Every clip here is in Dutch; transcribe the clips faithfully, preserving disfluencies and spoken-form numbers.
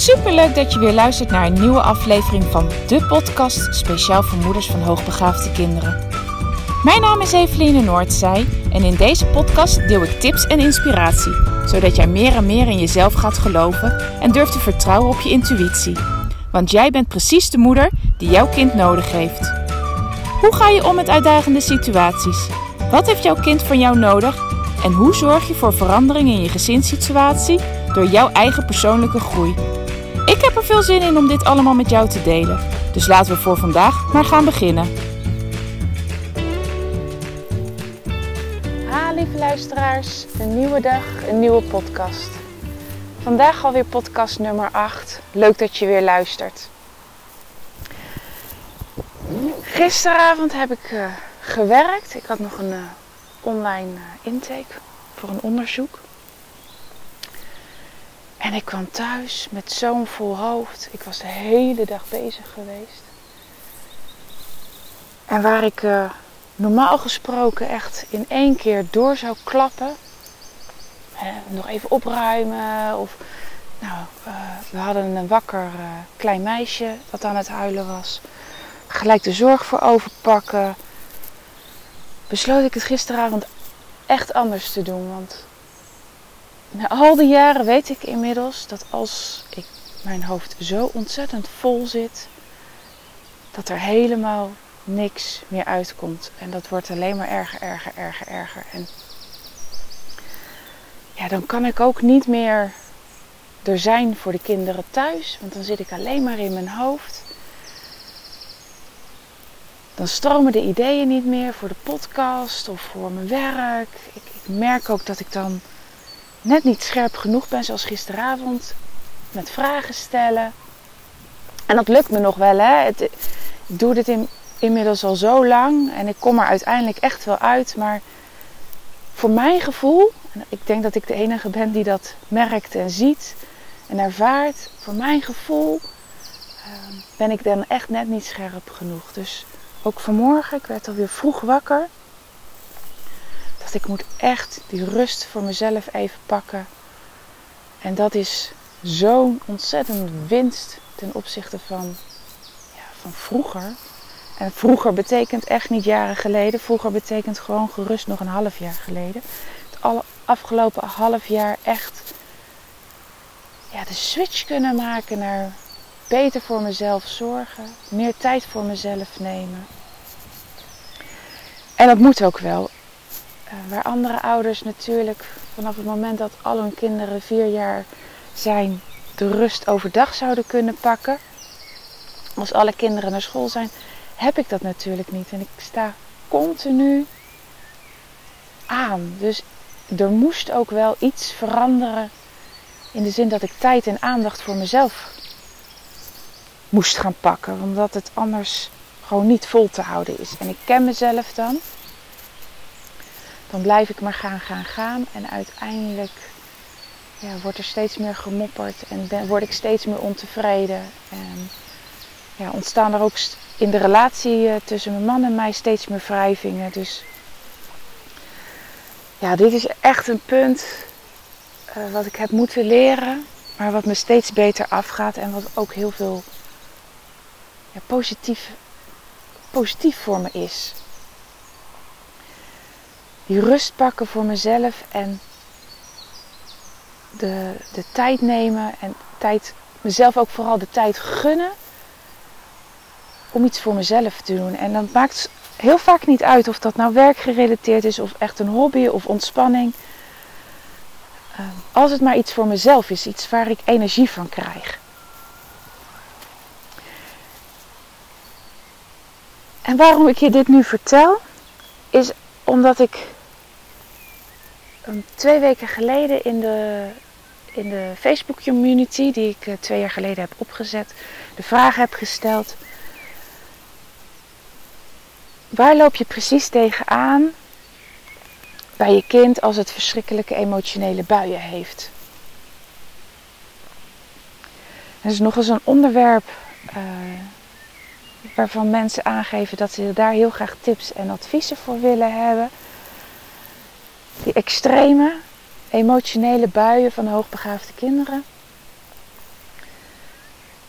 Superleuk dat je weer luistert naar een nieuwe aflevering van de podcast speciaal voor moeders van hoogbegaafde kinderen. Mijn naam is Eveline Noordzij en in deze podcast deel ik tips en inspiratie, zodat jij meer en meer in jezelf gaat geloven en durft te vertrouwen op je intuïtie. Want jij bent precies de moeder die jouw kind nodig heeft. Hoe ga je om met uitdagende situaties? Wat heeft jouw kind van jou nodig? En hoe zorg je voor verandering in je gezinssituatie door jouw eigen persoonlijke groei? Ik heb er veel zin in om dit allemaal met jou te delen. Dus laten we voor vandaag maar gaan beginnen. Ha, lieve luisteraars. Een nieuwe dag, een nieuwe podcast. Vandaag alweer podcast nummer acht. Leuk dat je weer luistert. Gisteravond heb ik uh, gewerkt. Ik had nog een uh, online uh, intake voor een onderzoek. En ik kwam thuis met zo'n vol hoofd. Ik was de hele dag bezig geweest. En waar ik uh, normaal gesproken echt in één keer door zou klappen. Hè, nog even opruimen. Of, nou, uh, we hadden een wakker uh, klein meisje dat aan het huilen was. Gelijk de zorg voor overpakken. Besloot ik het gisteravond echt anders te doen. Want na al die jaren weet ik inmiddels dat als ik mijn hoofd zo ontzettend vol zit, dat er helemaal niks meer uitkomt. En dat wordt alleen maar erger, erger, erger, erger. En ja, dan kan ik ook niet meer er zijn voor de kinderen thuis. Want dan zit ik alleen maar in mijn hoofd. Dan stromen de ideeën niet meer voor de podcast of voor mijn werk. Ik, ik merk ook dat ik dan net niet scherp genoeg ben, zoals gisteravond, met vragen stellen. En dat lukt me nog wel, hè. Het, ik doe dit in, inmiddels al zo lang en ik kom er uiteindelijk echt wel uit. Maar voor mijn gevoel, en ik denk dat ik de enige ben die dat merkt en ziet en ervaart. Voor mijn gevoel uh, ben ik dan echt net niet scherp genoeg. Dus ook vanmorgen, ik werd alweer vroeg wakker. Dat ik moet echt die rust voor mezelf even pakken. En dat is zo'n ontzettende winst ten opzichte van, ja, van vroeger. En vroeger betekent echt niet jaren geleden. Vroeger betekent gewoon gerust nog een half jaar geleden. Het alle afgelopen half jaar echt ja, de switch kunnen maken naar beter voor mezelf zorgen. Meer tijd voor mezelf nemen. En dat moet ook wel. Uh, waar andere ouders natuurlijk vanaf het moment dat al hun kinderen vier jaar zijn, de rust overdag zouden kunnen pakken. Als alle kinderen naar school zijn, heb ik dat natuurlijk niet. En ik sta continu aan. Dus er moest ook wel iets veranderen. In de zin dat ik tijd en aandacht voor mezelf moest gaan pakken. Omdat het anders gewoon niet vol te houden is. En ik ken mezelf dan. Dan blijf ik maar gaan, gaan, gaan. En uiteindelijk ja, wordt er steeds meer gemopperd. En ben, word ik steeds meer ontevreden. En ja, ontstaan er ook in de relatie uh, tussen mijn man en mij steeds meer wrijvingen. Dus ja, dit is echt een punt uh, wat ik heb moeten leren. Maar wat me steeds beter afgaat. En wat ook heel veel ja, positief, positief voor me is. Die rust pakken voor mezelf en de, de tijd nemen en tijd, mezelf ook vooral de tijd gunnen om iets voor mezelf te doen. En dat maakt heel vaak niet uit of dat nou werkgerelateerd is of echt een hobby of ontspanning. Uh, als het maar iets voor mezelf is, iets waar ik energie van krijg. En waarom ik je dit nu vertel, is omdat ik um, twee weken geleden in de, in de Facebook community, die ik uh, twee jaar geleden heb opgezet, de vraag heb gesteld: waar loop je precies tegenaan bij je kind als het verschrikkelijke emotionele buien heeft? Dat is nog eens een onderwerp uh, waarvan mensen aangeven dat ze daar heel graag tips en adviezen voor willen hebben. Die extreme emotionele buien van hoogbegaafde kinderen.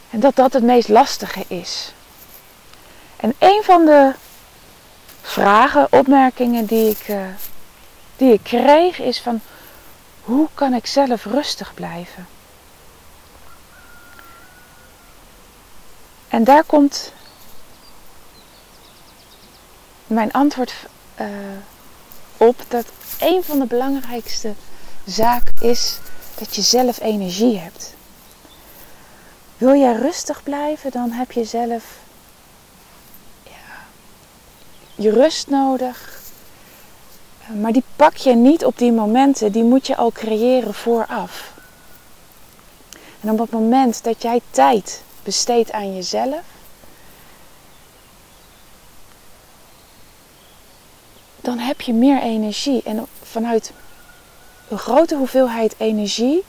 En dat dat het meest lastige is. En een van de vragen, opmerkingen die ik, uh, die ik kreeg is van... Hoe kan ik zelf rustig blijven? En daar komt mijn antwoord uh, op dat een van de belangrijkste zaken is dat je zelf energie hebt. Wil jij rustig blijven, dan heb je zelf ja, je rust nodig. Maar die pak je niet op die momenten, die moet je al creëren vooraf. En op het moment dat jij tijd besteedt aan jezelf, dan heb je meer energie. En vanuit een grote hoeveelheid energie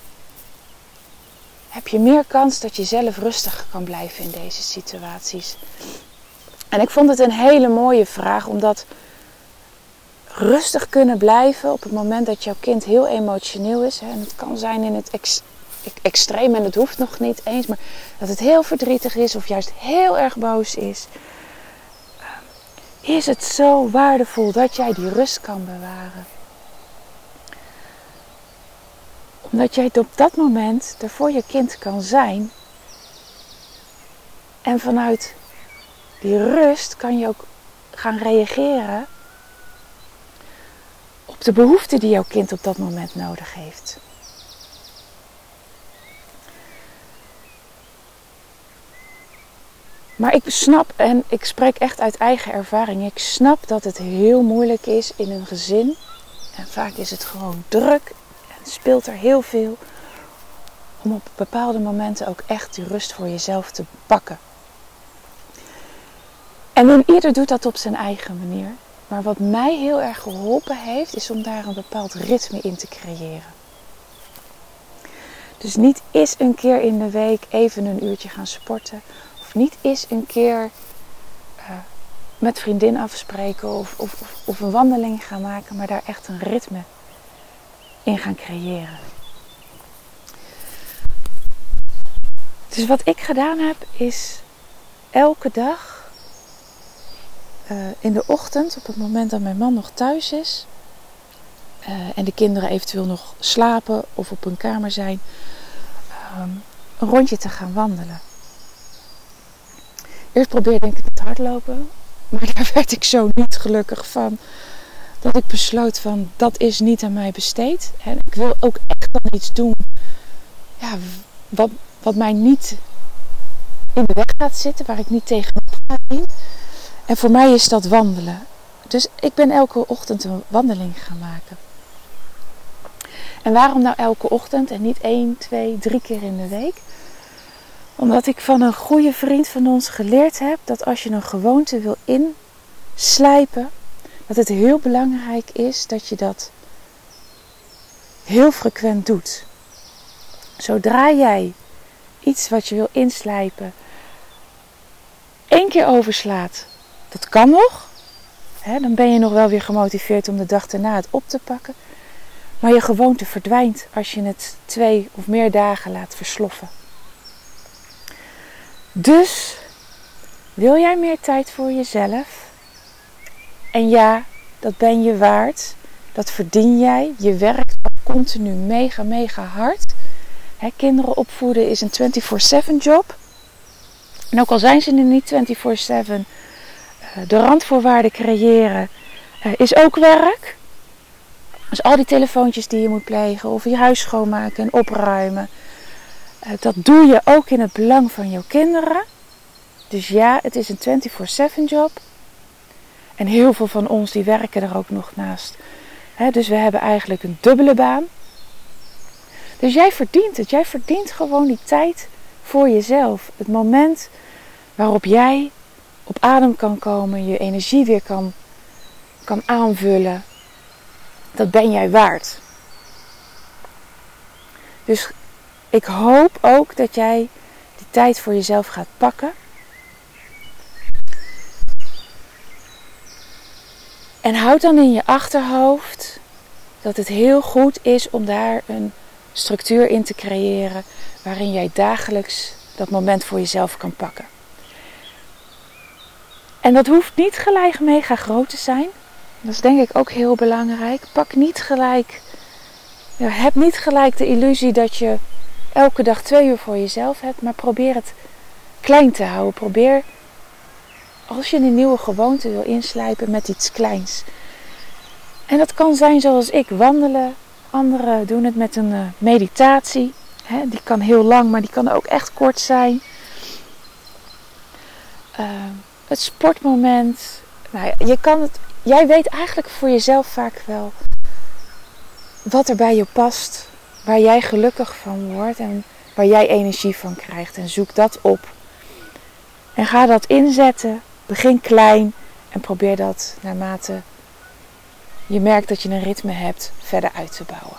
heb je meer kans dat je zelf rustig kan blijven in deze situaties. En ik vond het een hele mooie vraag, omdat rustig kunnen blijven op het moment dat jouw kind heel emotioneel is. Hè, en het kan zijn in het ex- extreem en het hoeft nog niet eens, maar dat het heel verdrietig is of juist heel erg boos is. Is het zo waardevol dat jij die rust kan bewaren? Omdat jij op dat moment er voor je kind kan zijn. En vanuit die rust kan je ook gaan reageren op de behoeften die jouw kind op dat moment nodig heeft. Maar ik snap, en ik spreek echt uit eigen ervaring, ik snap dat het heel moeilijk is in een gezin. En vaak is het gewoon druk en speelt er heel veel. Om op bepaalde momenten ook echt die rust voor jezelf te pakken. En ieder doet dat op zijn eigen manier. Maar wat mij heel erg geholpen heeft, is om daar een bepaald ritme in te creëren. Dus niet eens een keer in de week even een uurtje gaan sporten. Of niet eens een keer uh, met vriendin afspreken of, of, of, of een wandeling gaan maken. Maar daar echt een ritme in gaan creëren. Dus wat ik gedaan heb, is elke dag uh, in de ochtend, op het moment dat mijn man nog thuis is, uh, en de kinderen eventueel nog slapen of op hun kamer zijn, um, een rondje te gaan wandelen. Eerst probeerde ik het hardlopen, maar daar werd ik zo niet gelukkig van, dat ik besloot van, dat is niet aan mij besteed. En ik wil ook echt dan iets doen, ja, wat, wat mij niet in de weg gaat zitten, waar ik niet tegenop ga zien. En voor mij is dat wandelen. Dus ik ben elke ochtend een wandeling gaan maken. En waarom nou elke ochtend en niet één, twee, drie keer in de week? Omdat ik van een goede vriend van ons geleerd heb dat als je een gewoonte wil inslijpen, dat het heel belangrijk is dat je dat heel frequent doet. Zodra jij iets wat je wil inslijpen één keer overslaat, dat kan nog. Hè, dan ben je nog wel weer gemotiveerd om de dag daarna het op te pakken. Maar je gewoonte verdwijnt als je het twee of meer dagen laat versloffen. Dus wil jij meer tijd voor jezelf? En ja, dat ben je waard. Dat verdien jij. Je werkt continu mega, mega hard. Hè, kinderen opvoeden is een vierentwintig zeven job. En ook al zijn ze er niet vierentwintig zeven, uh, de randvoorwaarden creëren uh, is ook werk. Dus al die telefoontjes die je moet plegen of je huis schoonmaken en opruimen. Uh, dat doe je ook in het belang van jouw kinderen. Dus ja, het is een vierentwintig zeven job. En heel veel van ons die werken er ook nog naast. He, dus we hebben eigenlijk een dubbele baan. Dus jij verdient het. Jij verdient gewoon die tijd voor jezelf. Het moment waarop jij op adem kan komen. Je energie weer kan, kan aanvullen. Dat ben jij waard. Dus ik hoop ook dat jij die tijd voor jezelf gaat pakken. En houd dan in je achterhoofd dat het heel goed is om daar een structuur in te creëren waarin jij dagelijks dat moment voor jezelf kan pakken. En dat hoeft niet gelijk mega groot te zijn. Dat is denk ik ook heel belangrijk. Pak niet gelijk, ja, heb niet gelijk de illusie dat je elke dag twee uur voor jezelf hebt. Maar probeer het klein te houden. Probeer, als je een nieuwe gewoonte wil inslijpen, met iets kleins. En dat kan zijn zoals ik, wandelen. Anderen doen het met een uh, meditatie. He, die kan heel lang, maar die kan ook echt kort zijn. Uh, het sportmoment. Nou ja, je kan het, jij weet eigenlijk voor jezelf vaak wel wat er bij je past. Waar jij gelukkig van wordt en waar jij energie van krijgt. En zoek dat op. En ga dat inzetten. Begin klein en probeer dat naarmate je merkt dat je een ritme hebt verder uit te bouwen.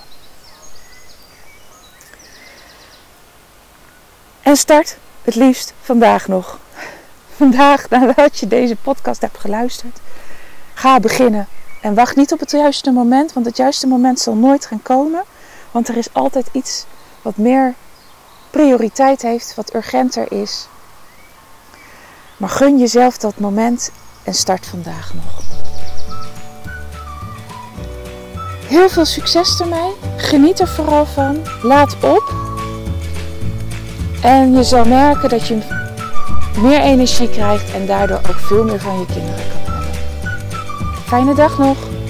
En start het liefst vandaag nog. Vandaag, nadat je deze podcast hebt geluisterd. Ga beginnen. En wacht niet op het juiste moment. Want het juiste moment zal nooit gaan komen. Want er is altijd iets wat meer prioriteit heeft. Wat urgenter is. Maar gun jezelf dat moment. En start vandaag nog. Heel veel succes ermee. Geniet er vooral van. Laat op. En je zal merken dat je meer energie krijgt en daardoor ook veel meer van je kinderen kan hebben. Fijne dag nog!